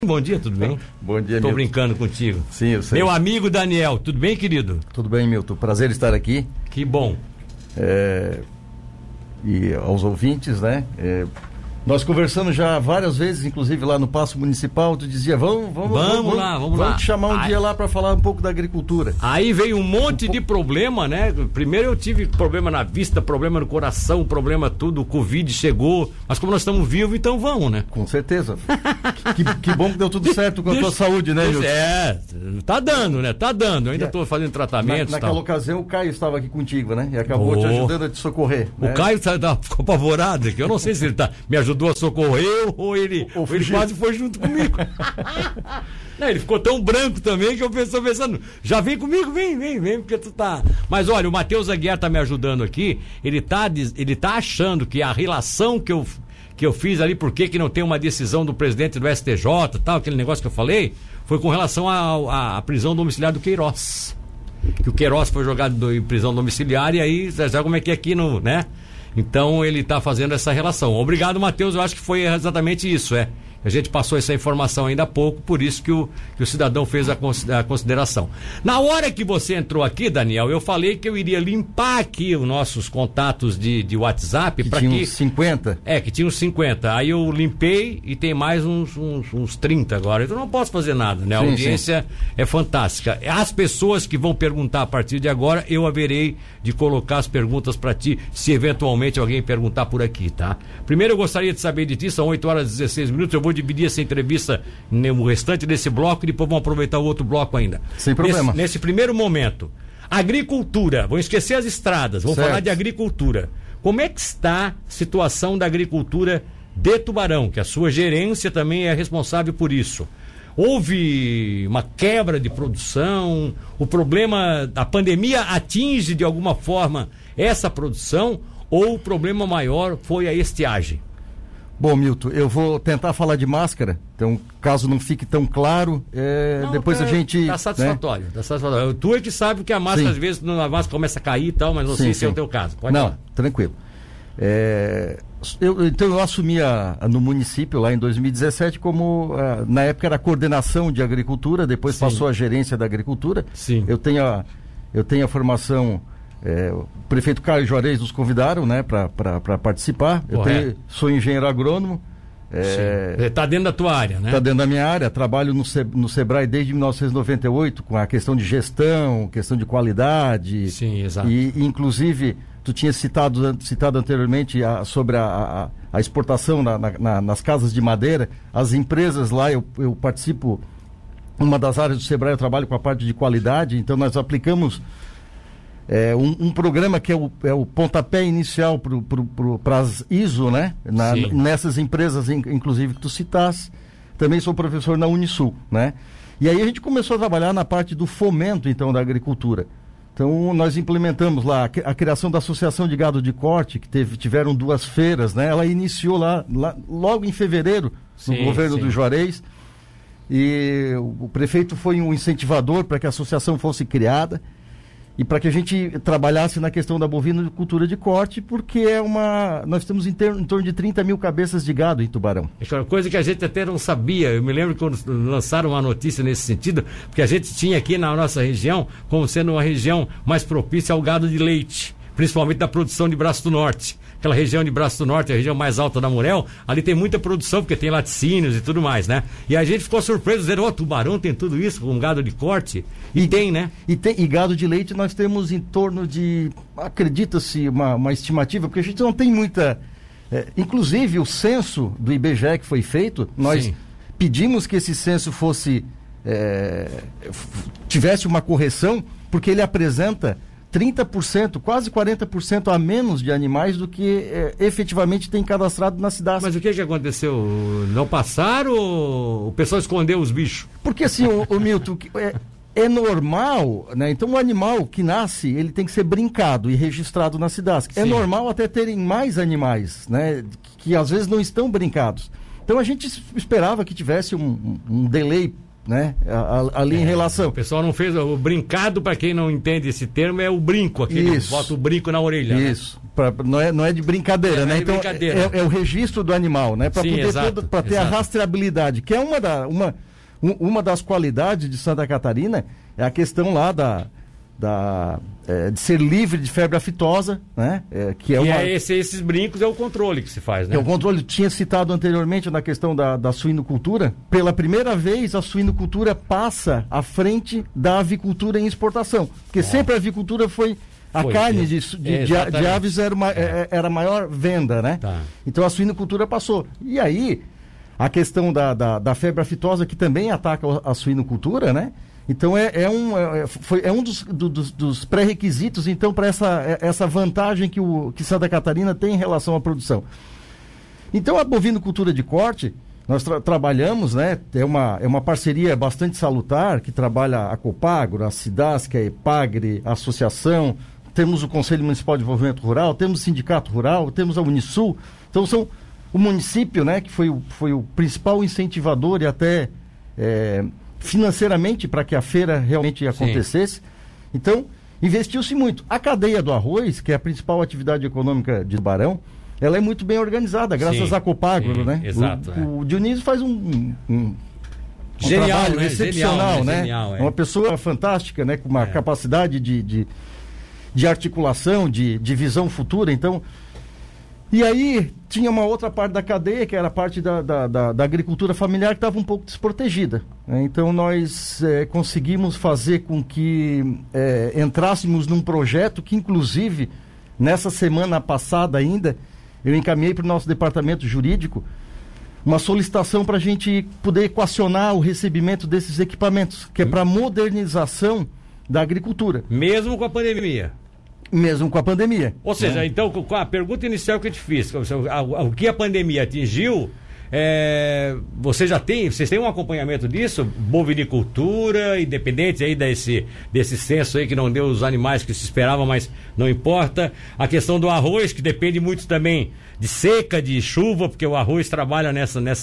Bom dia, tudo bem? Bom dia, Tô Milton. brincando contigo. Sim, eu sei. Meu amigo Daniel, tudo bem, querido? Tudo bem, Milton. Prazer estar aqui. Que bom. E aos ouvintes, né? Nós conversamos já várias vezes, inclusive lá no Paço Municipal, tu dizia, vamos lá. Vamos te chamar um dia lá para falar um pouco da agricultura. Aí veio um monte de problema, né? Primeiro eu tive problema na vista, problema no coração, problema tudo, o Covid chegou, mas como nós estamos vivos, então vamos, né? Com certeza. que bom que deu tudo certo com a tua saúde, né, Milton? Tá dando, né? Tá dando. Eu ainda tô fazendo tratamento. Naquela ocasião o Caio estava aqui contigo, né? E acabou te ajudando a te socorrer. O Caio ficou apavorado, que eu não sei se ele me ajudou a socorrer ou ele quase foi junto comigo. Não, ele ficou tão branco também que eu estou pensando, já vem comigo, vem, porque tu tá... Mas olha, o Matheus Aguiar tá me ajudando aqui, ele tá achando que a relação que eu fiz ali, por que não tem uma decisão do presidente do STJ, tal, aquele negócio que eu falei, foi com relação à prisão domiciliar do Queiroz. Que o Queiroz foi jogado em prisão domiciliar e aí, já como é que é aqui no, né? Então ele está fazendo essa relação. Obrigado, Matheus, eu acho que foi exatamente isso, A gente passou essa informação ainda há pouco, por isso que o cidadão fez a consideração. Na hora que você entrou aqui, Daniel, eu falei que eu iria limpar aqui os nossos contatos de WhatsApp. Que tinha uns 50? Que tinha uns 50. Aí eu limpei e tem mais uns 30 agora. Então não posso fazer nada, né? A audiência é fantástica. As pessoas que vão perguntar a partir de agora, eu haverei de colocar as perguntas para ti, se eventualmente alguém perguntar por aqui, tá? Primeiro eu gostaria de saber de ti, são 8 horas e 16 minutos, eu vou dividir essa entrevista no restante desse bloco e depois vamos aproveitar o outro bloco ainda. Sem problema. Nesse primeiro momento, agricultura, vamos esquecer as estradas, vamos falar de agricultura. Como é que está a situação da agricultura de Tubarão, que a sua gerência também é responsável por isso? Houve uma quebra de produção, o problema, a pandemia atinge de alguma forma essa produção ou o problema maior foi a estiagem? Bom, Milton, eu vou tentar falar de máscara, então caso não fique tão claro, depois a gente... Tá satisfatório, né? Tá satisfatório. Tu é que sabe que a máscara, às vezes, a máscara começa a cair e tal, mas não sei se é o teu caso. Pode falar. Tranquilo. Então eu assumi no município lá em 2017 como, na época era a coordenação de agricultura, depois passou a gerência da agricultura. Sim. Eu tenho a formação... o prefeito Caio Juarez nos convidaram, né, para participar. Sou engenheiro agrônomo. Está dentro da tua área, né? Está dentro da minha área. Trabalho no Sebrae desde 1998 com a questão de gestão, questão de qualidade. Sim, exato. E inclusive tu tinha citado anteriormente sobre a exportação nas casas de madeira. As empresas lá, eu participo, uma das áreas do Sebrae eu trabalho com a parte de qualidade, então nós aplicamos programa que é o pontapé inicial para as ISO, né? Nessas empresas, inclusive, que tu citaste. Também sou professor na Unisul, né? E aí a gente começou a trabalhar na parte do fomento, então, da agricultura. Então, nós implementamos lá a criação da Associação de Gado de Corte, que tiveram 2 feiras, né? Ela iniciou lá logo em fevereiro, no governo do Juarez. E o prefeito foi um incentivador para que a associação fosse criada. E para que a gente trabalhasse na questão da bovinocultura de corte, porque nós temos em torno de 30 mil cabeças de gado em Tubarão. É uma coisa que a gente até não sabia. Eu me lembro quando lançaram uma notícia nesse sentido, porque a gente tinha aqui na nossa região como sendo uma região mais propícia ao gado de leite, principalmente da produção de Braço do Norte. Aquela região de Braço do Norte, a região mais alta da Murel, ali tem muita produção, porque tem laticínios e tudo mais, né? E a gente ficou surpreso, dizendo, Tubarão tem tudo isso com gado de corte? E tem, né? E gado de leite nós temos em torno de, acredita-se, uma estimativa, porque a gente não tem muita... inclusive o censo do IBGE que foi feito, nós pedimos que esse censo tivesse uma correção, porque ele apresenta 30%, quase 40% a menos de animais do que efetivamente tem cadastrado na cidade. Mas o que aconteceu? Não passaram ou o pessoal escondeu os bichos? Porque assim, o Milton, é normal, né? Então o animal que nasce, ele tem que ser brincado e registrado na cidade. É normal até terem mais animais, né? Que às vezes não estão brincados. Então a gente esperava que tivesse um delay né? Ali em relação. O pessoal não fez o brincado, para quem não entende esse termo, é o brinco, aquele bota o brinco na orelha. Isso. Né? Não é de brincadeira, né? Então é o registro do animal, né? Para poder para ter a rastreabilidade, que é uma das qualidades de Santa Catarina, é a questão lá de ser livre de febre aftosa, né? Esses brincos é o controle que se faz, né? É o controle. Tinha citado anteriormente na questão da suinocultura. Pela primeira vez, a suinocultura passa à frente da avicultura em exportação. Porque sempre a avicultura foi carne de aves era a maior venda, né? Tá. Então a suinocultura passou. E aí, a questão da febre aftosa, que também ataca a suinocultura, né? Então é um dos pré-requisitos, então, para essa vantagem que Santa Catarina tem em relação à produção. Então a bovinocultura de corte, nós trabalhamos, né? É uma parceria bastante salutar, que trabalha a Copagro, a Cidasc, a Epagre, a Associação, temos o Conselho Municipal de Desenvolvimento Rural, temos o Sindicato Rural, temos a Unisul. Então são o município, né, que foi o principal incentivador e até financeiramente para que a feira realmente acontecesse. Sim. Então, investiu-se muito. A cadeia do arroz, que é a principal atividade econômica de Tubarão, ela é muito bem organizada, graças à Copagro, né? Exato. O Dionísio faz um genial, trabalho né? Excepcional, né? Genial, Uma pessoa fantástica, né? Com uma capacidade de articulação, de visão futura. Então, e aí tinha uma outra parte da cadeia, que era a parte da agricultura familiar, que estava um pouco desprotegida, né? Então nós conseguimos fazer com que entrássemos num projeto que, inclusive, nessa semana passada ainda, eu encaminhei para o nosso departamento jurídico uma solicitação para a gente poder equacionar o recebimento desses equipamentos, que é para modernização da agricultura. Mesmo com a pandemia? Mesmo com a pandemia. Ou seja, então, com a pergunta inicial que eu te fiz, o que a pandemia atingiu, vocês têm um acompanhamento disso? Bovinicultura, independente aí desse censo aí que não deu os animais que se esperava, mas não importa. A questão do arroz, que depende muito também de seca, de chuva, porque o arroz trabalha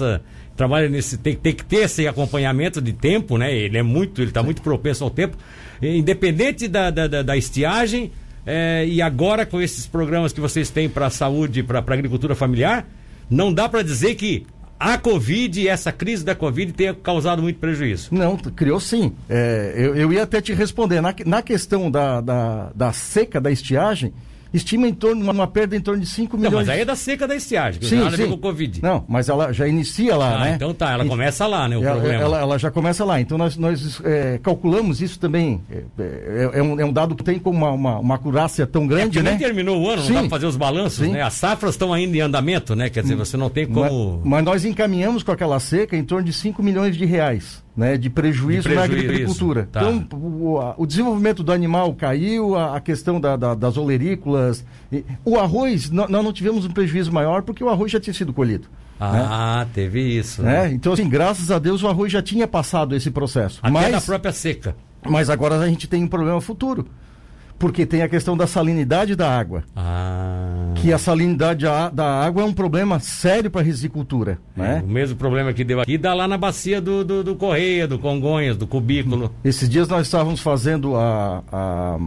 tem que ter esse acompanhamento de tempo, né? Ele está muito propenso ao tempo, independente da estiagem. E agora, com esses programas que vocês têm para a saúde, para a agricultura familiar, não dá para dizer que a Covid, essa crise da Covid, tenha causado muito prejuízo. Não, criou sim. Eu ia até te responder. Na questão da seca, da estiagem, estima uma perda em torno de 5 milhões. Não, mas aí é da seca da estiagem, que sim, não tem nada a ver com o Covid. Não, mas ela já inicia lá, né? Então tá, ela começa lá, né, o problema. Ela já começa lá. Então nós calculamos isso também. É um dado que tem como uma acurácia tão grande, né? Nem terminou o ano, não dá para fazer os balanços, né? As safras estão ainda em andamento, né? Quer dizer, você não tem como... Mas nós encaminhamos com aquela seca em torno de 5 milhões de reais. Né, de prejuízo na agricultura. Tá. Então, o desenvolvimento do animal caiu, a questão das olerícolas. O arroz, nós não tivemos um prejuízo maior porque o arroz já tinha sido colhido. Né? Teve isso. Né? Então, assim, graças a Deus, o arroz já tinha passado esse processo. Até da própria seca. Mas agora a gente tem um problema futuro. Porque tem a questão da salinidade da água. Que a salinidade da água é um problema sério para a risicultura. Né? O mesmo problema que deu aqui dá lá na bacia do Correia, do Congonhas, do Cubículo. Esses dias nós estávamos fazendo a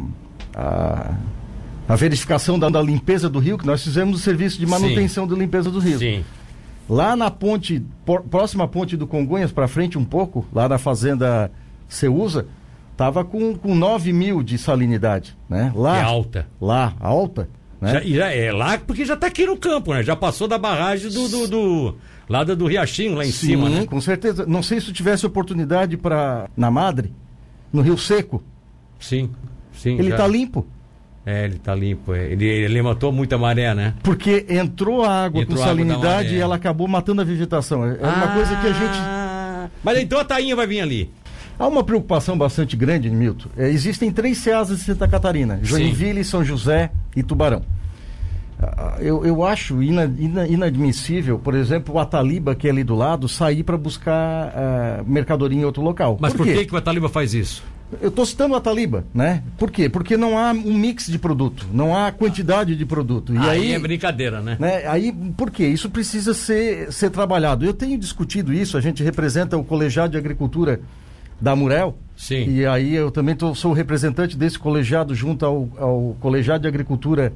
verificação da limpeza do rio, que nós fizemos o serviço de manutenção da limpeza do rio. Sim. Lá na ponte, próxima à ponte do Congonhas, para frente um pouco, lá na fazenda Ceusa, estava com 9 mil de salinidade, né? Lá, é alta. Lá, alta. Né? Já é lá porque já está aqui no campo, né? Já passou da barragem lá do Riachinho, lá em cima, né? Com certeza. Não sei se tu tivesse oportunidade na Madre, no Rio Seco. Sim. Ele está limpo. Ele está limpo. Ele levantou muita maré, né? Porque entrou a água com salinidade e ela acabou matando a vegetação. É uma coisa que a gente... Mas então a tainha vai vir ali. Há uma preocupação bastante grande, Milton. Existem 3 ceasas em Santa Catarina: Joinville, São José e Tubarão. Eu acho inadmissível, por exemplo, o Ataliba, que é ali do lado, sair para buscar mercadoria em outro local. Mas por que o Ataliba faz isso? Eu estou citando o Ataliba, né? Por quê? Porque não há um mix de produto, não há quantidade de produto. E aí é brincadeira, né? Aí, por quê? Isso precisa ser trabalhado. Eu tenho discutido isso, a gente representa o Colegiado de Agricultura da Amurel. Sim. E aí eu também sou representante desse colegiado junto ao Colegiado de Agricultura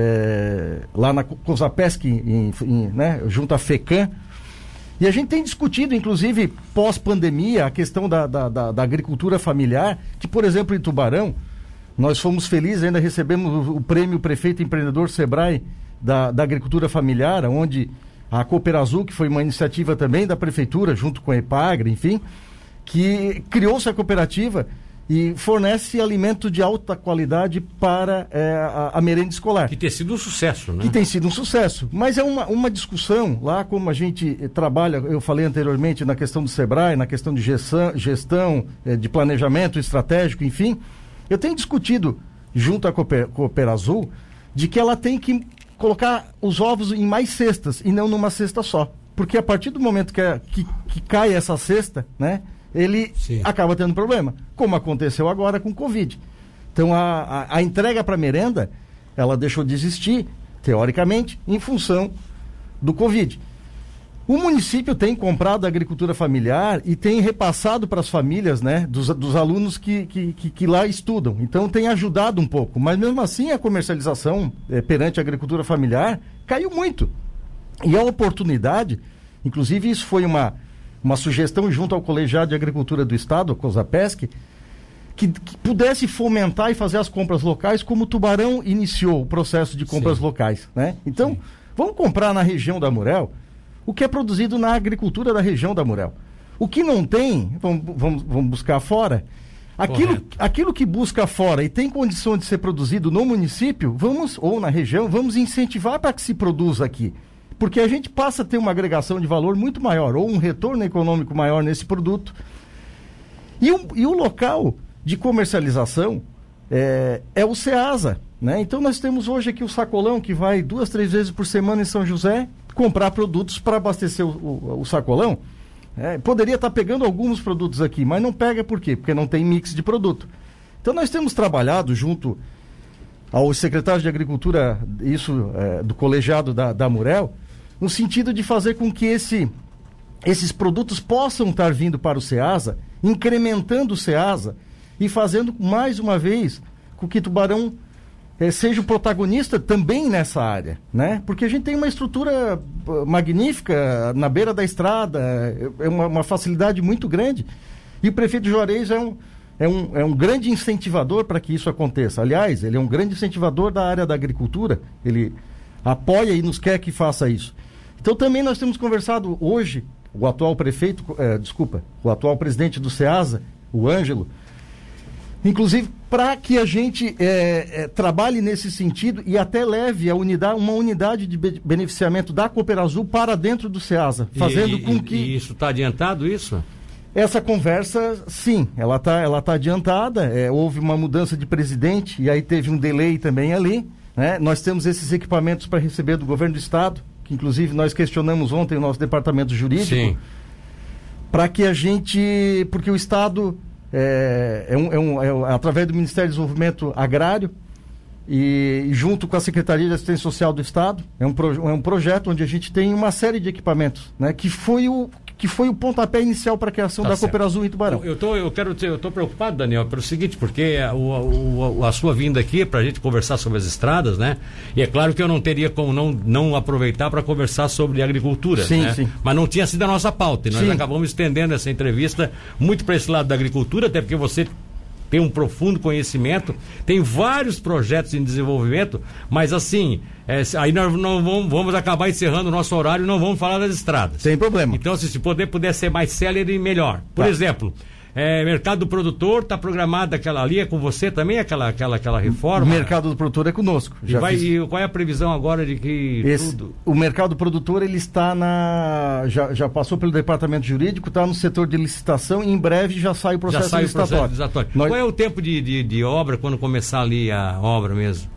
lá na COSAPESC, né, junto à FECAM. E a gente tem discutido, inclusive, pós-pandemia, a questão da agricultura familiar, que, por exemplo, em Tubarão, nós fomos felizes, ainda recebemos o prêmio Prefeito Empreendedor Sebrae da agricultura familiar, onde a Cooperazul, que foi uma iniciativa também da Prefeitura, junto com a EPAGRE, enfim, que criou-se a cooperativa e fornece alimento de alta qualidade para a merenda escolar. Que tem sido um sucesso, né? Que tem sido um sucesso. Mas é uma discussão, lá como a gente trabalha, eu falei anteriormente, na questão do Sebrae, na questão de gestão, de planejamento estratégico, enfim. Eu tenho discutido, junto à Cooperazul, de que ela tem que colocar os ovos em mais cestas e não numa cesta só. Porque a partir do momento que cai essa cesta, né, ele acaba tendo problema, como aconteceu agora com o Covid. Então a entrega para merenda, ela deixou de existir, teoricamente, em função do Covid. O município tem comprado a agricultura familiar e tem repassado para as famílias, né, dos alunos que lá estudam. Então tem ajudado um pouco, mas mesmo assim a comercialização perante a agricultura familiar caiu muito. E a oportunidade, inclusive isso foi uma sugestão junto ao Colegiado de Agricultura do Estado, a COSAPESC, que pudesse fomentar e fazer as compras locais, como o Tubarão iniciou o processo de compras locais, né? Então, vamos comprar na região da Amurel o que é produzido na agricultura da região da Amurel. O que não tem, vamos buscar fora. Aquilo que busca fora e tem condição de ser produzido no município, ou na região, vamos incentivar para que se produza aqui. Porque a gente passa a ter uma agregação de valor muito maior, ou um retorno econômico maior nesse produto. E o local de comercialização é o Ceasa, né? Então nós temos hoje aqui o sacolão, que vai 2, 3 vezes por semana em São José, comprar produtos para abastecer o sacolão. Poderia estar pegando alguns produtos aqui, mas não pega por quê? Porque não tem mix de produto. Então nós temos trabalhado junto ao secretário de Agricultura, do colegiado da Amurel, no sentido de fazer com que esses produtos possam estar vindo para o Ceasa, incrementando o Ceasa e fazendo mais uma vez com que Tubarão seja o protagonista também nessa área, né? Porque a gente tem uma estrutura magnífica na beira da estrada, é uma facilidade muito grande, e o prefeito Juarez é um grande incentivador para que isso aconteça. Aliás, ele é um grande incentivador da área da agricultura, ele apoia e nos quer que faça isso. Então também nós temos conversado hoje, o atual presidente do Ceasa, o Ângelo, inclusive para que a gente trabalhe nesse sentido e até leve uma unidade de beneficiamento da Cooperazul para dentro do Ceasa, fazendo com que... E isso está adiantado, isso? Essa conversa, sim, ela tá adiantada, houve uma mudança de presidente e aí teve um delay também ali, né? Nós temos esses equipamentos para receber do governo do estado, que inclusive nós questionamos ontem o nosso departamento jurídico, para que a gente, porque o estado através do Ministério do Desenvolvimento Agrário e junto com a Secretaria de Assistência Social do Estado, é um projeto onde a gente tem uma série de equipamentos, né, que foi o pontapé inicial para a criação da Cooperazul em Tubarão. Eu tô preocupado, Daniel, pelo seguinte, porque a sua vinda aqui para a gente conversar sobre as estradas, né? E é claro que eu não teria como não aproveitar para conversar sobre agricultura, né? Sim. Mas não tinha sido a nossa pauta, e nós acabamos estendendo essa entrevista muito para esse lado da agricultura, até porque você tem um profundo conhecimento, tem vários projetos em desenvolvimento, mas assim, aí nós não vamos acabar encerrando o nosso horário e não vamos falar das estradas. Sem problema. Então, se puder ser mais célere, melhor. Por exemplo, mercado do produtor, está programada aquela ali, é com você também, aquela reforma? O mercado do produtor é conosco. E qual é a previsão agora de que o mercado do produtor, ele está já passou pelo departamento jurídico, está no setor de licitação e em breve já sai o processo licitatório. Qual é o tempo de obra quando começar ali a obra mesmo?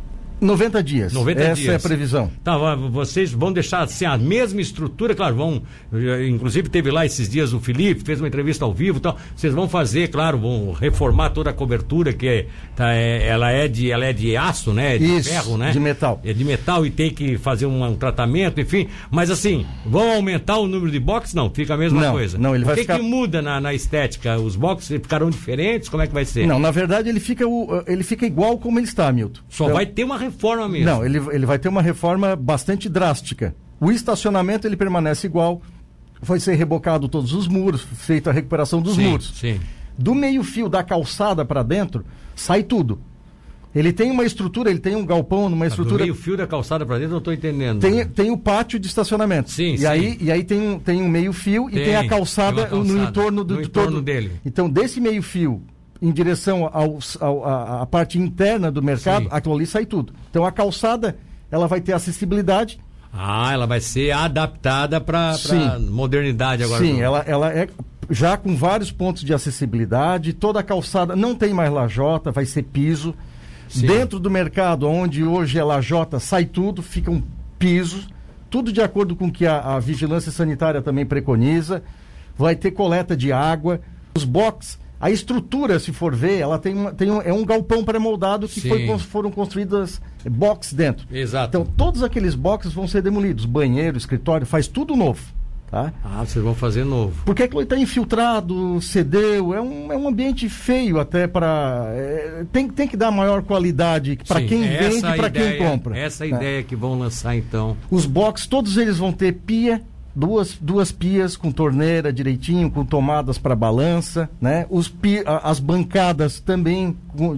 90 dias. 90 Essa dias. é a previsão. Tá, vocês vão deixar assim a mesma estrutura, claro, inclusive teve lá esses dias o Felipe, fez uma entrevista ao vivo e tal, vocês vão fazer, claro, vão reformar toda a cobertura, que ela é de aço, né? De Isso, ferro, né? de metal. É de metal e tem que fazer um tratamento, enfim, mas assim, vão aumentar o número de boxes? Não, fica a mesma coisa. Não, ele vai ficar... que muda na estética? Os boxes ficarão diferentes? Como é que vai ser? Não, na verdade ele fica igual como ele está, Milton. Só vai ter uma reforma mesmo. Não, ele vai ter uma reforma bastante drástica. O estacionamento ele permanece igual, vai ser rebocado todos os muros, feita a recuperação dos muros. Sim. Do meio-fio da calçada para dentro, sai tudo. Ele tem uma estrutura, ele tem um galpão numa estrutura... Do meio-fio da calçada para dentro, eu não estou entendendo. Tem o pátio de estacionamento. Sim, e aí tem um meio-fio e tem a calçada no entorno dele. Então, desse meio-fio em direção à parte interna do mercado, aquilo ali sai tudo. Então, a calçada, ela vai ter acessibilidade. Ela vai ser adaptada para modernidade agora. Sim, ela é já com vários pontos de acessibilidade. Toda a calçada não tem mais lajota, vai ser piso. Sim. Dentro do mercado, onde hoje é lajota, sai tudo, fica um piso. Tudo de acordo com o que a vigilância sanitária também preconiza. Vai ter coleta de água. Os boxes, a estrutura, se for ver, ela é um galpão pré-moldado que foram construídas boxes dentro. Exato. Então, todos aqueles boxes vão ser demolidos. Banheiro, escritório, faz tudo novo. Tá? Vocês vão fazer novo. Porque aquilo está infiltrado, cedeu, é um ambiente feio até para... tem que dar maior qualidade para quem vende e para quem compra. Essa ideia que vão lançar então. Os boxes, todos eles vão ter pia, duas pias com torneira direitinho, com tomadas para balança, né? As bancadas também,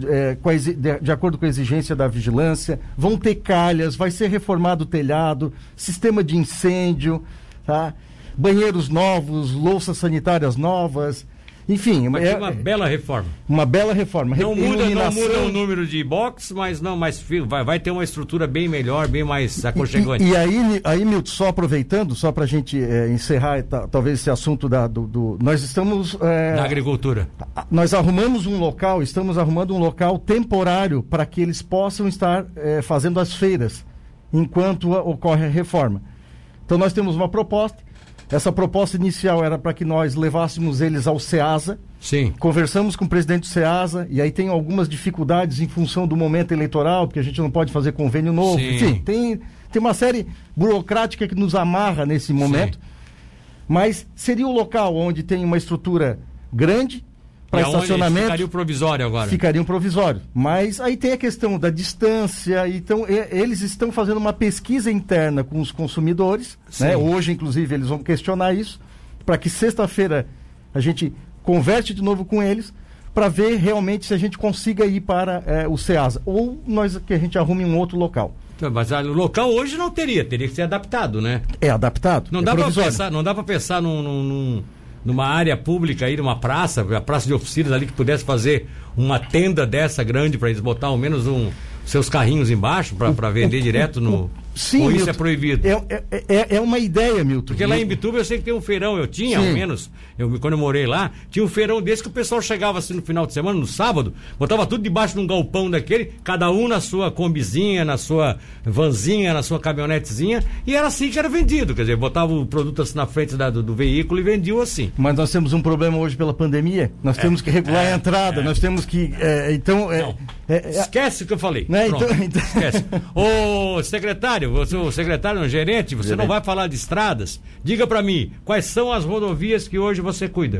de acordo com a exigência da vigilância, vão ter calhas, vai ser reformado o telhado, sistema de incêndio, tá? Banheiros novos, louças sanitárias novas, enfim. Vai ter uma bela reforma. Uma bela reforma. Não muda o número de box, mas vai ter uma estrutura bem melhor, bem mais aconchegante. E aí, Milton, só aproveitando, só para a gente encerrar talvez esse assunto nós estamos... na agricultura. Nós estamos arrumando um local temporário para que eles possam estar fazendo as feiras, enquanto ocorre a reforma. Então nós temos uma proposta. Essa proposta inicial era para que nós levássemos eles ao SEASA. Sim. Conversamos com o presidente do SEASA, e aí tem algumas dificuldades em função do momento eleitoral, porque a gente não pode fazer convênio novo. Sim. Enfim, tem uma série burocrática que nos amarra nesse momento. Sim. Mas seria o local onde tem uma estrutura grande para estacionamento. Ficaria o provisório agora. Ficaria um provisório. Mas aí tem a questão da distância. Então, eles estão fazendo uma pesquisa interna com os consumidores. Né? Hoje, inclusive, eles vão questionar isso. Para que sexta-feira a gente converse de novo com eles. Para ver realmente se a gente consiga ir para o SEASA. Ou que a gente arrume um outro local. Mas o local hoje não teria que ser adaptado, né? É adaptado. Não dá para pensar numa área pública aí, numa praça, a praça de oficinas ali, que pudesse fazer uma tenda dessa grande para eles botar ao menos seus carrinhos embaixo para vender direto no... Sim, ou isso Milton, é proibido? É uma ideia, Milton. Porque lá em Bituba eu sei que tem um feirão, eu tinha, ao menos, quando eu morei lá, tinha um feirão desse que o pessoal chegava assim no final de semana, no sábado, botava tudo debaixo de um galpão daquele, cada um na sua combizinha, na sua vanzinha, na sua caminhonetezinha, e era assim que era vendido, quer dizer, botava o produto assim na frente do veículo e vendiam assim. Mas nós temos um problema hoje pela pandemia, nós temos que regular a entrada, nós temos que... esquece o que eu falei. Né? Então, esquece. Ô, secretário, você, o secretário, o gerente, você não vai falar de estradas? Diga para mim, quais são as rodovias que hoje você cuida?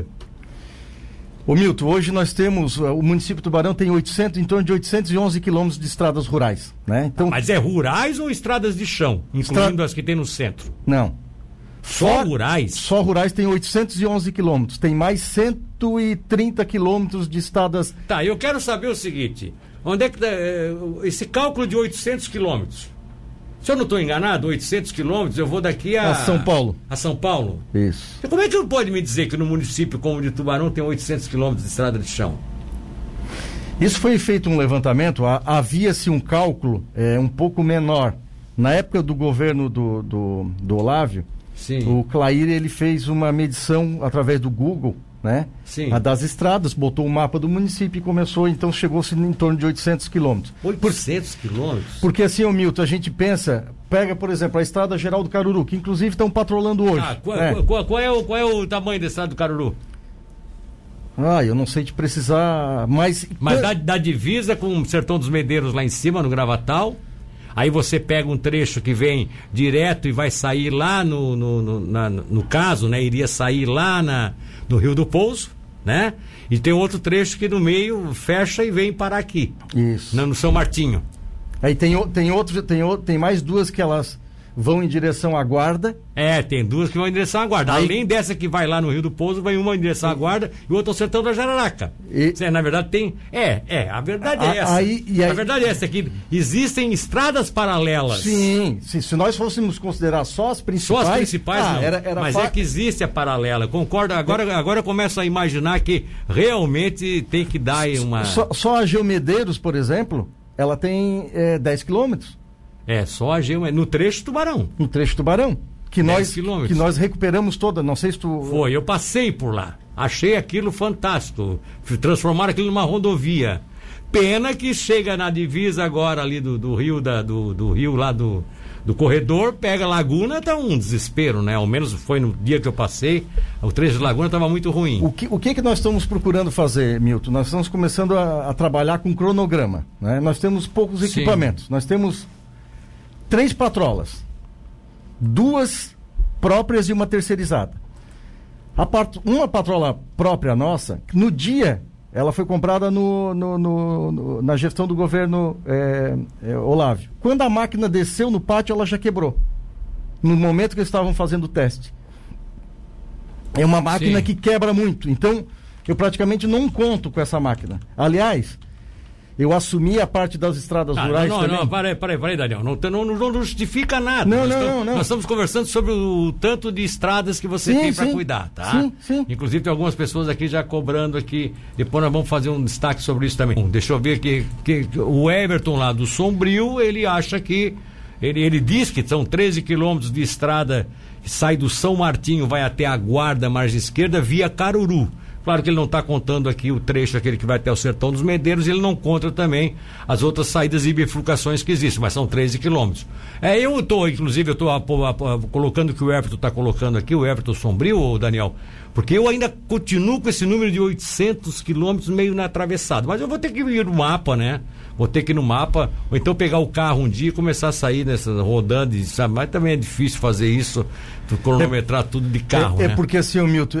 Ô Milton, hoje nós temos, o município de Tubarão tem em torno de 811 quilômetros de estradas rurais, né? Então, mas é rurais ou estradas de chão, incluindo as que tem no centro? Não. Só rurais? Só rurais tem 811 quilômetros, tem mais 130 quilômetros de estradas... Tá, eu quero saber o seguinte, onde é que esse cálculo de 800 quilômetros? Se eu não estou enganado, 800 quilômetros, eu vou daqui a São Paulo. A São Paulo? Isso. Como é que pode me dizer que no município como de Tubarão tem 800 quilômetros de estrada de chão? Isso foi feito um levantamento, havia-se um cálculo um pouco menor. Na época do governo do Olávio, sim, o Clair ele fez uma medição através do Google né? Sim. A das estradas, botou o mapa do município e começou, então chegou-se em torno de 800 quilômetros. 800 quilômetros? Porque assim, ô Milton, a gente pensa, pega, por exemplo, a Estrada Geral do Caruru, que inclusive estão patrolando hoje. Qual é o tamanho da Estrada do Caruru? Eu não sei te precisar, mas da divisa com o Sertão dos Medeiros lá em cima, no Gravatal, aí você pega um trecho que vem direto e vai sair lá no caso, né? Iria sair lá no Rio do Pouso, né? E tem outro trecho que no meio fecha e vem parar aqui. Isso. No São Martinho. Aí tem mais duas que elas vão em direção à Guarda. Tem duas que vão em direção à Guarda. Além dessa que vai lá no Rio do Pouso, vai uma em direção à Guarda e outra ao Sertão da Jararaca. Na verdade tem... a verdade é essa. A verdade é essa, que existem estradas paralelas. Sim, se nós fôssemos considerar só as principais... Só as principais, não. Mas é que existe a paralela. Concordo, agora eu começo a imaginar que realmente tem que dar uma... Só a Geomedeiros, por exemplo, ela tem 10 quilômetros. Só a no trecho Tubarão. No trecho Tubarão. Que nós recuperamos toda, não sei se tu... Eu passei por lá. Achei aquilo fantástico. Transformaram aquilo numa rodovia. Pena que chega na divisa agora ali do rio, do rio lá do corredor, pega a Laguna, tá um desespero, né? Ao menos foi no dia que eu passei, o trecho de Laguna estava muito ruim. O que nós estamos procurando fazer, Milton? Nós estamos começando a trabalhar com cronograma, né? Nós temos poucos equipamentos. Nós temos 3 patrolas, 2 próprias e uma terceirizada. Uma patrola própria nossa, no dia, ela foi comprada na gestão do governo Olávio. Quando a máquina desceu no pátio, ela já quebrou. No momento que eles estavam fazendo o teste. É uma máquina que quebra muito. Então, eu praticamente não conto com essa máquina. Aliás, eu assumi a parte das estradas rurais também. Não, peraí, Daniel. Não justifica nada. Não. Nós estamos conversando sobre o tanto de estradas que você tem para cuidar, tá? Sim. Inclusive tem algumas pessoas aqui já cobrando aqui. Depois nós vamos fazer um destaque sobre isso também. Deixa eu ver aqui, que o Everton lá do Sombrio, ele acha que... Ele diz que são 13 quilômetros de estrada que sai do São Martinho, vai até a Guarda, margem esquerda, via Caruru. Claro que ele não está contando aqui o trecho aquele que vai até o Sertão dos Medeiros, ele não conta também as outras saídas e bifurcações que existem, mas são 13 quilômetros. Eu estou colocando o que o Everton está colocando aqui, o Everton Sombrio, Daniel, porque eu ainda continuo com esse número de 800 quilômetros meio atravessado, mas eu vou ter que ir no mapa, né? Vou ter que ir no mapa, ou então pegar o carro um dia e começar a sair rodando, sabe? Mas também é difícil fazer isso, cronometrar tudo de carro, né? Porque assim, Milton,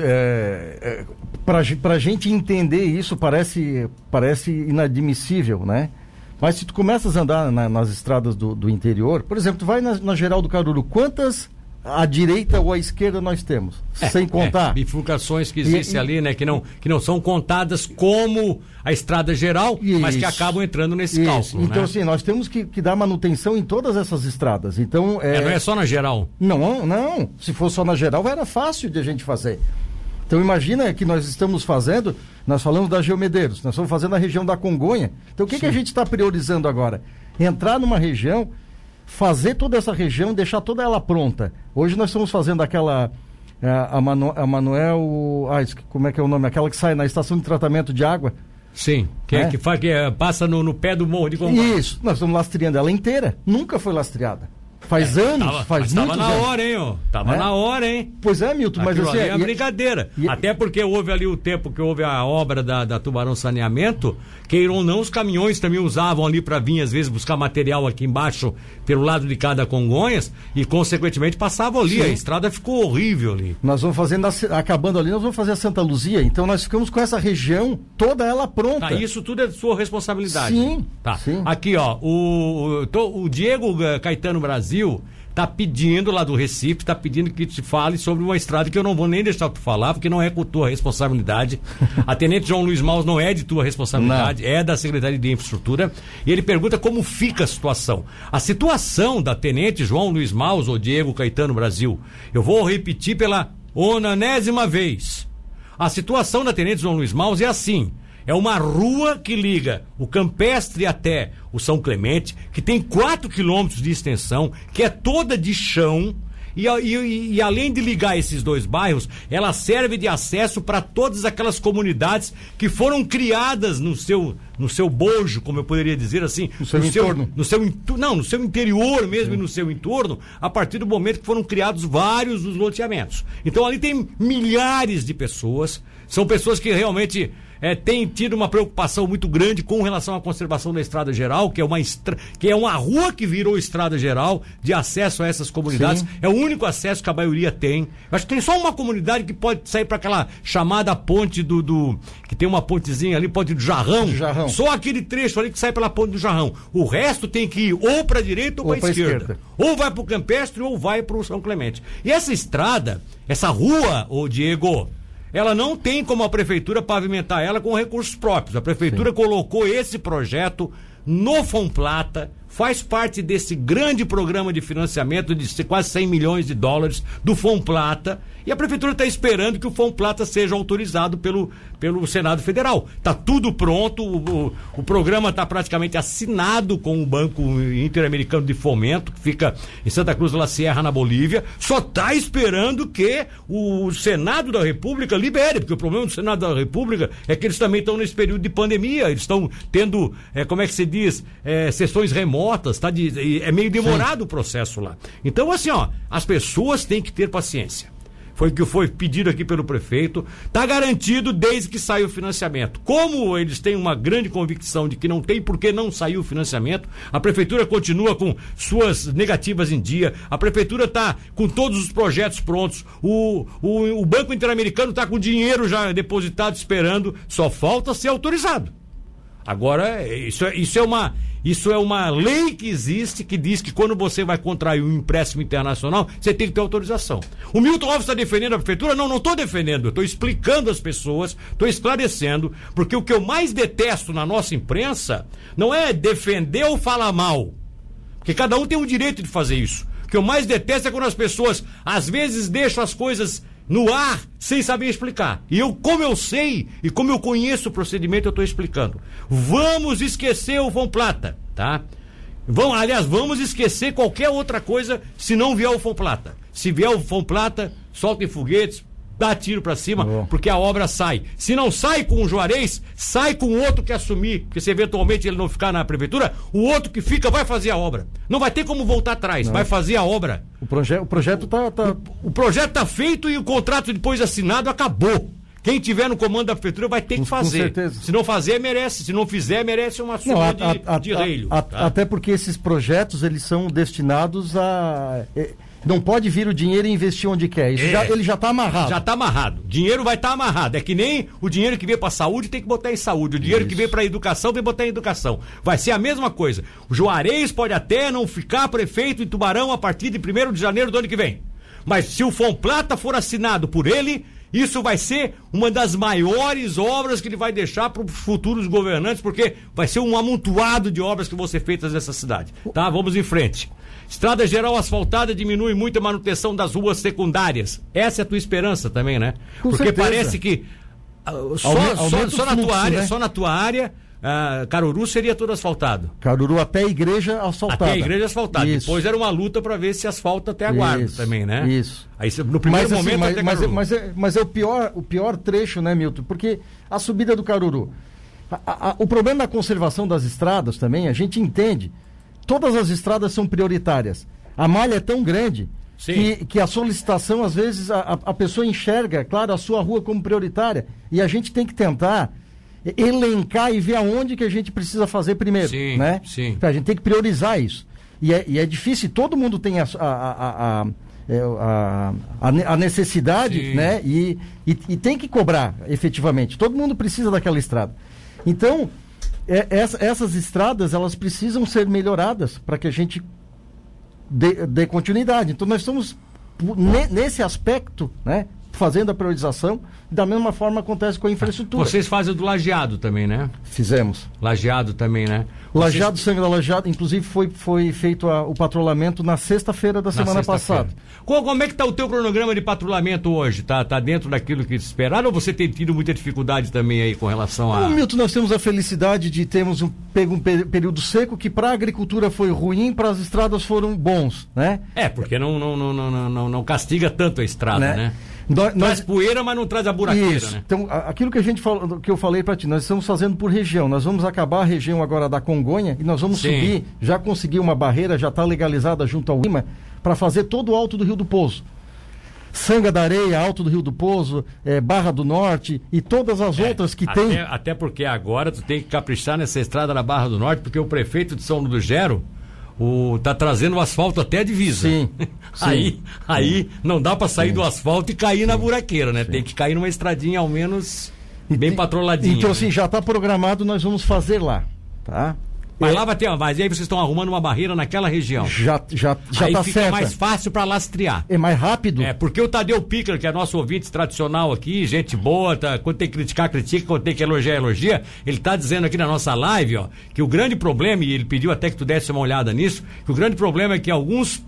pra gente entender isso parece inadmissível, né? Mas se tu começas a andar nas estradas do interior, por exemplo, tu vai na Geral do Caruru, quantas à direita ou à esquerda nós temos? Sem contar bifurcações que existem ali, né? Que não são contadas como a estrada geral, mas que acabam entrando nesse cálculo. Então, né? assim, nós temos que dar manutenção em todas essas estradas. Então, não é só na geral? Não. Se fosse só na geral, era fácil de a gente fazer. Então imagina que nós estamos fazendo, nós falamos da Geomedeiros, nós estamos fazendo a região da Congonha. Então o que a gente está priorizando agora? Entrar numa região, fazer toda essa região, deixar toda ela pronta. Hoje nós estamos fazendo aquela, a Manuel, como é que é o nome? Aquela que sai na estação de tratamento de água. Sim, que passa no pé do morro de Congonha. Isso, nós estamos lastreando ela inteira, nunca foi lastreada. Faz anos, faz muitos anos. Tava na hora, hein, ó. Tava na hora, hein. Pois é, Milton, mas assim... é brincadeira. Até porque houve ali o tempo que houve a obra da Tubarão Saneamento, queiram ou não, os caminhões também usavam ali para vir, às vezes, buscar material aqui embaixo, pelo lado de cada Congonhas, e, consequentemente, passavam ali. Sim. A estrada ficou horrível ali. Nós vamos fazendo, acabando ali, nós vamos fazer a Santa Luzia, então nós ficamos com essa região toda ela pronta. Tá, isso tudo é sua responsabilidade. Sim. Tá. Sim. Aqui, ó, o Diego Caetano Brasil tá pedindo lá do Recife, tá pedindo que te fale sobre uma estrada que eu não vou nem deixar tu falar, porque não é com tua responsabilidade. A Tenente João Luiz Maus não é de tua responsabilidade, não. É da Secretaria de Infraestrutura. E ele pergunta como fica a situação. A situação da Tenente João Luiz Maus, ou Diego Caetano Brasil, eu vou repetir pela 80ª vez. A situação da Tenente João Luiz Maus é assim: é uma rua que liga o Campestre até o São Clemente, que tem 4 quilômetros de extensão, que é toda de chão, e além de ligar esses 2 bairros, ela serve de acesso para todas aquelas comunidades que foram criadas no seu bojo, como eu poderia dizer assim, no seu entorno. No seu interior mesmo. Sim. E no seu entorno, a partir do momento que foram criados vários dos loteamentos. Então ali tem milhares de pessoas, são pessoas que realmente têm tido uma preocupação muito grande com relação à conservação da Estrada Geral, que é uma rua que virou Estrada Geral, de acesso a essas comunidades. Sim. É o único acesso que a maioria tem. Eu acho que tem só uma comunidade que pode sair para aquela chamada ponte que tem uma pontezinha ali, ponte do Jarrão. Só aquele trecho ali que sai pela ponte do Jarrão. O resto tem que ir ou para a direita ou para a esquerda. Ou vai para o Campestre ou vai para o São Clemente. E essa estrada, essa rua, Diego, ela não tem como a prefeitura pavimentar ela com recursos próprios. A prefeitura colocou esse projeto no Fomplata, faz parte desse grande programa de financiamento de quase 100 milhões de dólares do Fomplata, e a prefeitura está esperando que o Fomplata seja autorizado pelo Senado Federal. Está tudo pronto, o programa está praticamente assinado com o Banco Interamericano de Fomento, que fica em Santa Cruz de la Sierra, na Bolívia, só está esperando que o Senado da República libere, porque o problema do Senado da República é que eles também estão nesse período de pandemia, eles estão tendo, como é que se diz, sessões remotas, é meio demorado. Sim. O processo lá. Então, assim, as pessoas têm que ter paciência. Foi o que foi pedido aqui pelo prefeito, está garantido desde que saiu o financiamento. Como eles têm uma grande convicção de que não tem por que não sair o financiamento, a prefeitura continua com suas negativas em dia, a prefeitura está com todos os projetos prontos, o Banco Interamericano está com dinheiro já depositado esperando, só falta ser autorizado. Agora, isso é uma lei que existe, que diz que quando você vai contrair um empréstimo internacional, você tem que ter autorização. O Milton Alves está defendendo a prefeitura? Não estou defendendo, eu estou explicando às pessoas, estou esclarecendo, porque o que eu mais detesto na nossa imprensa não é defender ou falar mal, porque cada um tem o direito de fazer isso. O que eu mais detesto é quando as pessoas, às vezes, deixam as coisas no ar, sem saber explicar. E como eu sei e como eu conheço o procedimento, eu estou explicando. Vamos esquecer o Fomplata, tá? Vamos esquecer qualquer outra coisa se não vier o Fomplata. Se vier o Fomplata, soltem foguetes, dá tiro pra cima, porque a obra sai. Se não sai com o Juarez, sai com o outro que assumir, porque se eventualmente ele não ficar na prefeitura, o outro que fica vai fazer a obra. Não vai ter como voltar atrás, vai fazer a obra. O projeto tá... O projeto tá feito e o contrato depois assinado acabou. Quem tiver no comando da prefeitura vai ter que fazer. Com certeza. Se não fazer, merece. Se não fizer, merece uma surra de reilho. Até porque esses projetos, eles são destinados a... Não pode vir o dinheiro e investir onde quer. Ele já está amarrado. Já está amarrado. O dinheiro vai estar amarrado. É que nem o dinheiro que vem para a saúde tem que botar em saúde. O dinheiro que vem para a educação tem que botar em educação. Vai ser a mesma coisa. O Juarez pode até não ficar prefeito em Tubarão a partir de 1º de janeiro do ano que vem. Mas se o Fomplata for assinado por ele, isso vai ser uma das maiores obras que ele vai deixar para os futuros governantes, porque vai ser um amontoado de obras que vão ser feitas nessa cidade. Tá? Vamos em frente. Estrada geral asfaltada diminui muito a manutenção das ruas secundárias. Essa é a tua esperança também, né? Porque certeza. Parece que só na tua área, Caruru seria todo asfaltado. Caruru até a igreja asfaltada. Até a igreja asfaltada. Isso. Depois era uma luta para ver se asfalta até a Guarda também, né? Isso. Aí no primeiro momento até Caruru. Mas é o pior trecho, né, Milton? Porque a subida do Caruru. O problema da conservação das estradas também, a gente entende. Todas as estradas são prioritárias. A malha é tão grande que a solicitação, às vezes, a pessoa enxerga, claro, a sua rua como prioritária. E a gente tem que tentar elencar e ver aonde que a gente precisa fazer primeiro. Sim, né? Sim. A gente tem que priorizar isso. E é difícil, todo mundo tem a necessidade, né? E tem que cobrar, efetivamente. Todo mundo precisa daquela estrada. Então... essas estradas, elas precisam ser melhoradas para que a gente dê continuidade. Então nós estamos nesse aspecto, né, fazendo a priorização. Da mesma forma acontece com a infraestrutura. Vocês fazem o do lajeado também, né? Fizemos. Lajeado também, né? Lajeado, Sangue da Lajeado, inclusive foi feito o patrulhamento na sexta-feira da semana passada. Como é que está o teu cronograma de patrulhamento hoje? Tá dentro daquilo que se esperava ou você tem tido muita dificuldade também aí com relação a... Milton, nós temos a felicidade de termos pego um período seco que para a agricultura foi ruim, para as estradas foram bons, né? Porque não castiga tanto a estrada, né? Traz poeira, mas não traz a buraqueira, isso, né? Então, aquilo que eu falei para ti, nós estamos fazendo por região. Nós vamos acabar a região agora da Congonha e nós vamos subir, já consegui uma barreira, já está legalizada junto ao IMA, para fazer todo o alto do Rio do Poço. Sanga da Areia, Alto do Rio do Poço, Barra do Norte e todas as outras que tem. Até porque agora tu tem que caprichar nessa estrada da Barra do Norte, porque o prefeito de São Luís do Gero tá trazendo o asfalto até a divisa. Sim. Aí não dá para sair do asfalto e cair na buraqueira, né? Sim. Tem que cair numa estradinha ao menos bem patroladinha. Então, assim, já está programado, nós vamos fazer lá, tá? Mas lá vai ter, mas aí vocês estão arrumando uma barreira naquela região. Já aí tá fica certa. mais fácil para lastrear. É mais rápido. Porque o Tadeu Picker, que é nosso ouvinte tradicional aqui, gente boa, quando tem que criticar, critica, quando tem que elogiar, elogia. Ele tá dizendo aqui na nossa live, que o grande problema, e ele pediu até que tu desse uma olhada nisso, que o grande problema é que alguns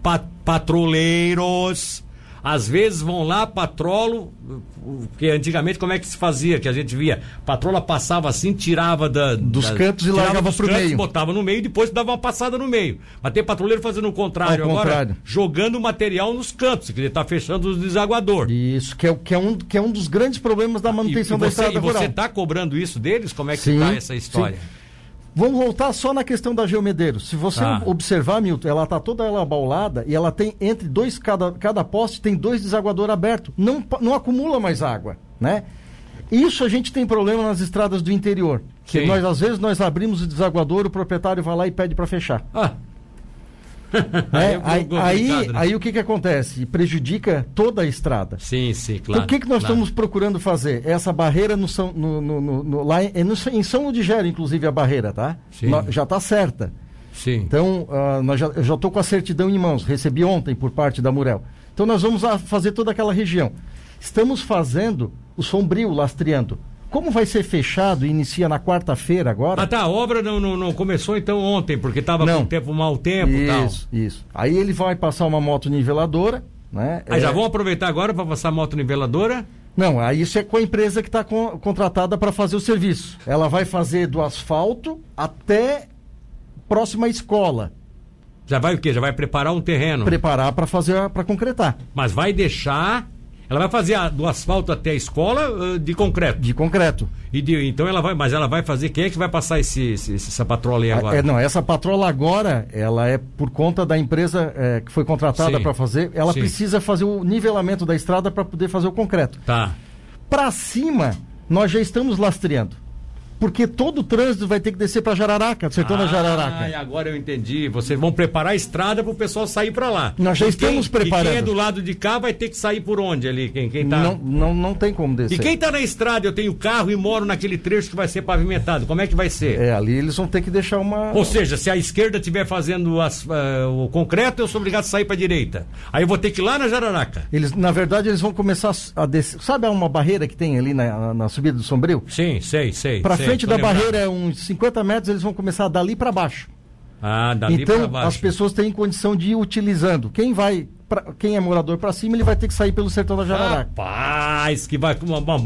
patroleiros às vezes vão lá, patrolo, que antigamente como é que se fazia, que a gente via, patrola passava assim, tirava dos cantos e largava pro meio. Botava no meio e depois dava uma passada no meio. Mas tem patroleiro fazendo o contrário agora, jogando material nos cantos, que ele tá fechando os desaguador. Isso, que é um dos grandes problemas da manutenção da estrada rural. E você tá cobrando isso deles? Como é que tá essa história? Sim. Vamos voltar só na questão da Geomedeiros. Se você observar, Milton, ela está toda ela abaulada e ela tem entre dois, cada poste tem 2 desaguadores abertos. Não acumula mais água, né? Isso a gente tem problema nas estradas do interior. Que às vezes nós abrimos o desaguador, o proprietário vai lá e pede para fechar. Aí o que acontece? Prejudica toda a estrada. Sim, claro. Então o que nós estamos procurando fazer? Essa barreira lá em São Luís do Gero, inclusive a barreira, tá? Já está certa. Sim. Então eu já estou com a certidão em mãos, recebi ontem por parte da Murel. Então nós vamos fazer toda aquela região. Estamos fazendo o Sombrio lastreando. Como vai ser fechado e inicia na quarta-feira agora? A obra não começou então ontem, porque estava com mau tempo e tal. Isso. Aí ele vai passar uma moto niveladora, né? Aí já vão aproveitar agora para passar a moto niveladora? Não, aí isso é com a empresa que está contratada para fazer o serviço. Ela vai fazer do asfalto até próxima escola. Já vai o quê? Já vai preparar um terreno? Preparar para concretar. Mas vai deixar... Ela vai fazer do asfalto até a escola de concreto? De concreto. Então ela vai fazer... Quem é que vai passar essa patrola aí agora? Essa patrola agora, ela é por conta da empresa que foi contratada para fazer. Ela precisa fazer o nivelamento da estrada para poder fazer o concreto. Tá. Para cima, nós já estamos lastreando. Porque todo o trânsito vai ter que descer para Jararaca, sertão da Jararaca. Agora eu entendi. Vocês vão preparar a estrada para o pessoal sair para lá. Nós já estamos preparando. E quem é do lado de cá vai ter que sair por onde ali? Quem tá... Não tem como descer. E quem está na estrada, eu tenho carro e moro naquele trecho que vai ser pavimentado, como é que vai ser? Ali eles vão ter que deixar uma... Ou seja, se a esquerda estiver fazendo o concreto, eu sou obrigado a sair para a direita. Aí eu vou ter que ir lá na Jararaca. Na verdade, eles vão começar a descer. Sabe uma barreira que tem ali na subida do Sombrio? Sim, sei. Frente da barreira é uns 50 metros, eles vão começar dali para baixo. Dali para baixo. Então, as pessoas têm condição de ir utilizando. Quem é morador para cima, ele vai ter que sair pelo sertão da Jararaca. Rapaz, que vai...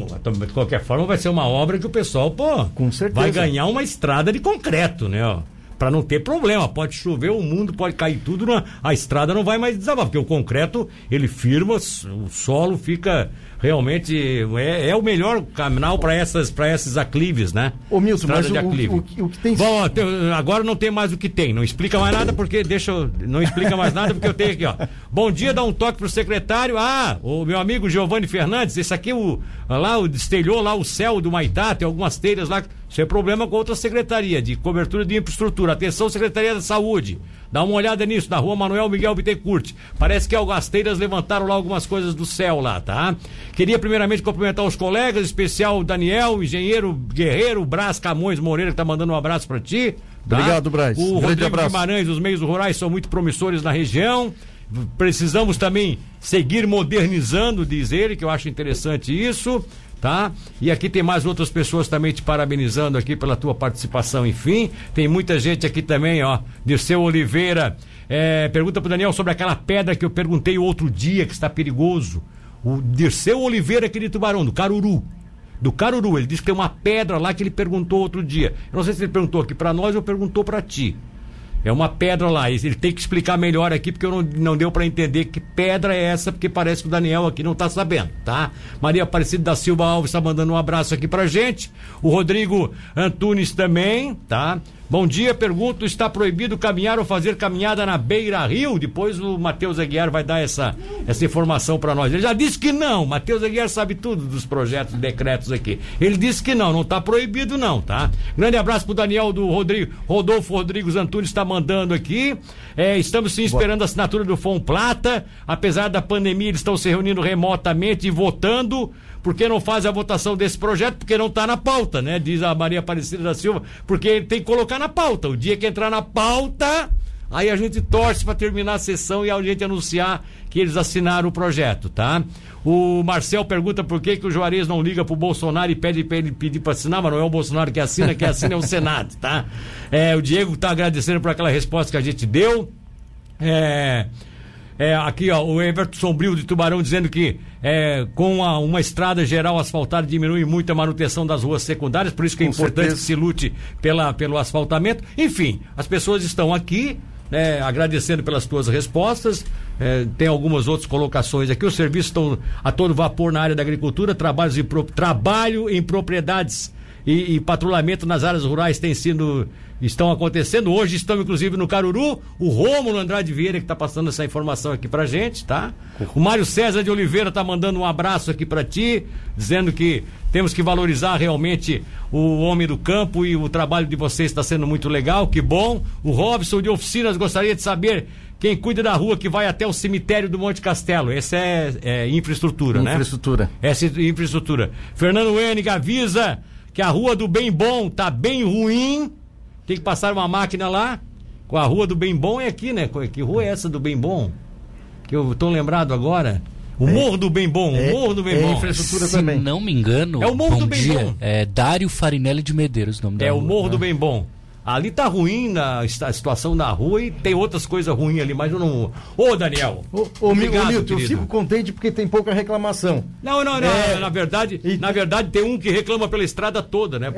De qualquer forma, vai ser uma obra que o pessoal, com certeza, vai ganhar uma estrada de concreto, né? Para não ter problema. Pode chover, o mundo pode cair tudo, a estrada não vai mais desabar, porque o concreto, ele firma, o solo fica... Realmente é o melhor canal para esses aclives, né? Ô Milton, mas o que tem... Bom, agora não tem mais o que tem. Não explica mais nada, porque não explica mais nada, porque eu tenho aqui, ó. Bom dia, dá um toque pro secretário. O meu amigo Giovanni Fernandes, esse aqui, destelhou lá o céu do Maitá, tem algumas telhas lá. Isso é problema com outra secretaria de cobertura de infraestrutura. Atenção, Secretaria da Saúde. Dá uma olhada nisso, na rua Manuel Miguel Bittencourt. Parece que as telhas levantaram lá algumas coisas do céu lá, tá? Queria primeiramente cumprimentar os colegas, em especial o Daniel, engenheiro Guerreiro, Brás Camões Moreira, que tá mandando um abraço para ti. Tá? Obrigado, Brás. O Rodrigo Guimarães, os meios rurais são muito promissores na região. Precisamos também seguir modernizando, diz ele, que eu acho interessante isso, tá? E aqui tem mais outras pessoas também te parabenizando aqui pela tua participação, enfim. Tem muita gente aqui também, ó. Dirceu Oliveira, pergunta pro Daniel sobre aquela pedra que eu perguntei outro dia, que está perigoso. O Dirceu Oliveira aqui de Tubarão, do Caruru. Ele disse que tem uma pedra lá que ele perguntou outro dia. Eu não sei se ele perguntou aqui pra nós ou perguntou pra ti. É uma pedra lá, ele tem que explicar melhor aqui, porque eu não deu para entender que pedra é essa, porque parece que o Daniel aqui não tá sabendo, tá? Maria Aparecida da Silva Alves está mandando um abraço aqui pra gente. O Rodrigo Antunes também, tá? Bom dia, pergunto, está proibido caminhar ou fazer caminhada na Beira-Rio? Depois o Matheus Aguiar vai dar essa informação para nós. Ele já disse que não, Matheus Aguiar sabe tudo dos projetos, decretos aqui. Ele disse que não está proibido não, tá? Grande abraço pro Daniel do Rodolfo Rodrigues Antunes, está mandando aqui. Estamos sim esperando a assinatura do FOM Plata, apesar da pandemia eles estão se reunindo remotamente e votando. Por que não faz a votação desse projeto? Porque não está na pauta, né? Diz a Maria Aparecida da Silva, porque ele tem que colocar na pauta. O dia que entrar na pauta, aí a gente torce para terminar a sessão e a gente anunciar que eles assinaram o projeto, tá? O Marcel pergunta por que o Juarez não liga pro Bolsonaro e pede para ele pedir para assinar, mas não é o Bolsonaro que assina é o Senado, tá? O Diego tá agradecendo por aquela resposta que a gente deu. Aqui, ó, o Everton Sombrio de Tubarão dizendo que com uma estrada geral asfaltada diminui muito a manutenção das ruas secundárias, por isso que é importante que se lute pelo asfaltamento. Enfim, as pessoas estão aqui, agradecendo pelas tuas respostas. Tem algumas outras colocações aqui. Os serviços estão a todo vapor na área da agricultura, trabalho em propriedades e patrulhamento nas áreas rurais estão acontecendo. Hoje estão inclusive no Caruru. O Rômulo Andrade Vieira que está passando essa informação aqui pra gente, tá? O Mário César de Oliveira tá mandando um abraço aqui pra ti, dizendo que temos que valorizar realmente o homem do campo e o trabalho de vocês está sendo muito legal, que bom. O Robson de Oficinas gostaria de saber quem cuida da rua que vai até o cemitério do Monte Castelo. Essa é infraestrutura, né? Essa é infraestrutura. Fernando Enig avisa que a Rua do Bem Bom tá bem ruim. Tem que passar uma máquina lá. Com a Rua do Bem Bom é aqui, né? Que rua é essa do Bem Bom? Que eu tô lembrado agora. O Morro do Bem Bom. O Morro do Bem Bom. Infraestrutura também. Se não me engano. É o Morro do Bem Bom. É Dário Farinelli de Medeiros o nome da rua. O Morro do Bem Bom. Ali tá ruim a situação da rua e tem outras coisas ruins ali, mas eu não... Ô, Daniel! Obrigado, Milton, eu fico contente porque tem pouca reclamação. Não, na verdade tem um que reclama pela estrada toda, né?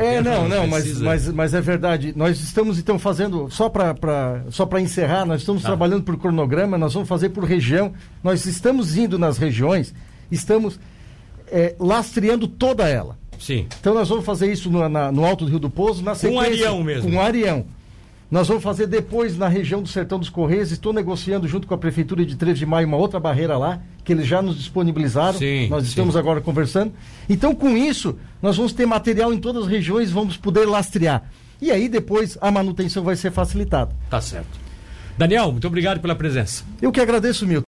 Mas é verdade. Nós estamos então fazendo, só para encerrar, nós estamos trabalhando por cronograma, nós vamos fazer por região, nós estamos indo nas regiões, estamos lastreando toda ela. Sim. Então nós vamos fazer isso no Alto do Rio do Poço, na sequência. Com Arião mesmo. Com Arião. Nós vamos fazer depois na região do Sertão dos Correios. Estou negociando junto com a Prefeitura de 13 de Maio uma outra barreira lá, que eles já nos disponibilizaram. Nós estamos agora conversando. Então, com isso, nós vamos ter material em todas as regiões, vamos poder lastrear. E aí, depois, a manutenção vai ser facilitada. Tá certo. Daniel, muito obrigado pela presença. Eu que agradeço, Milton.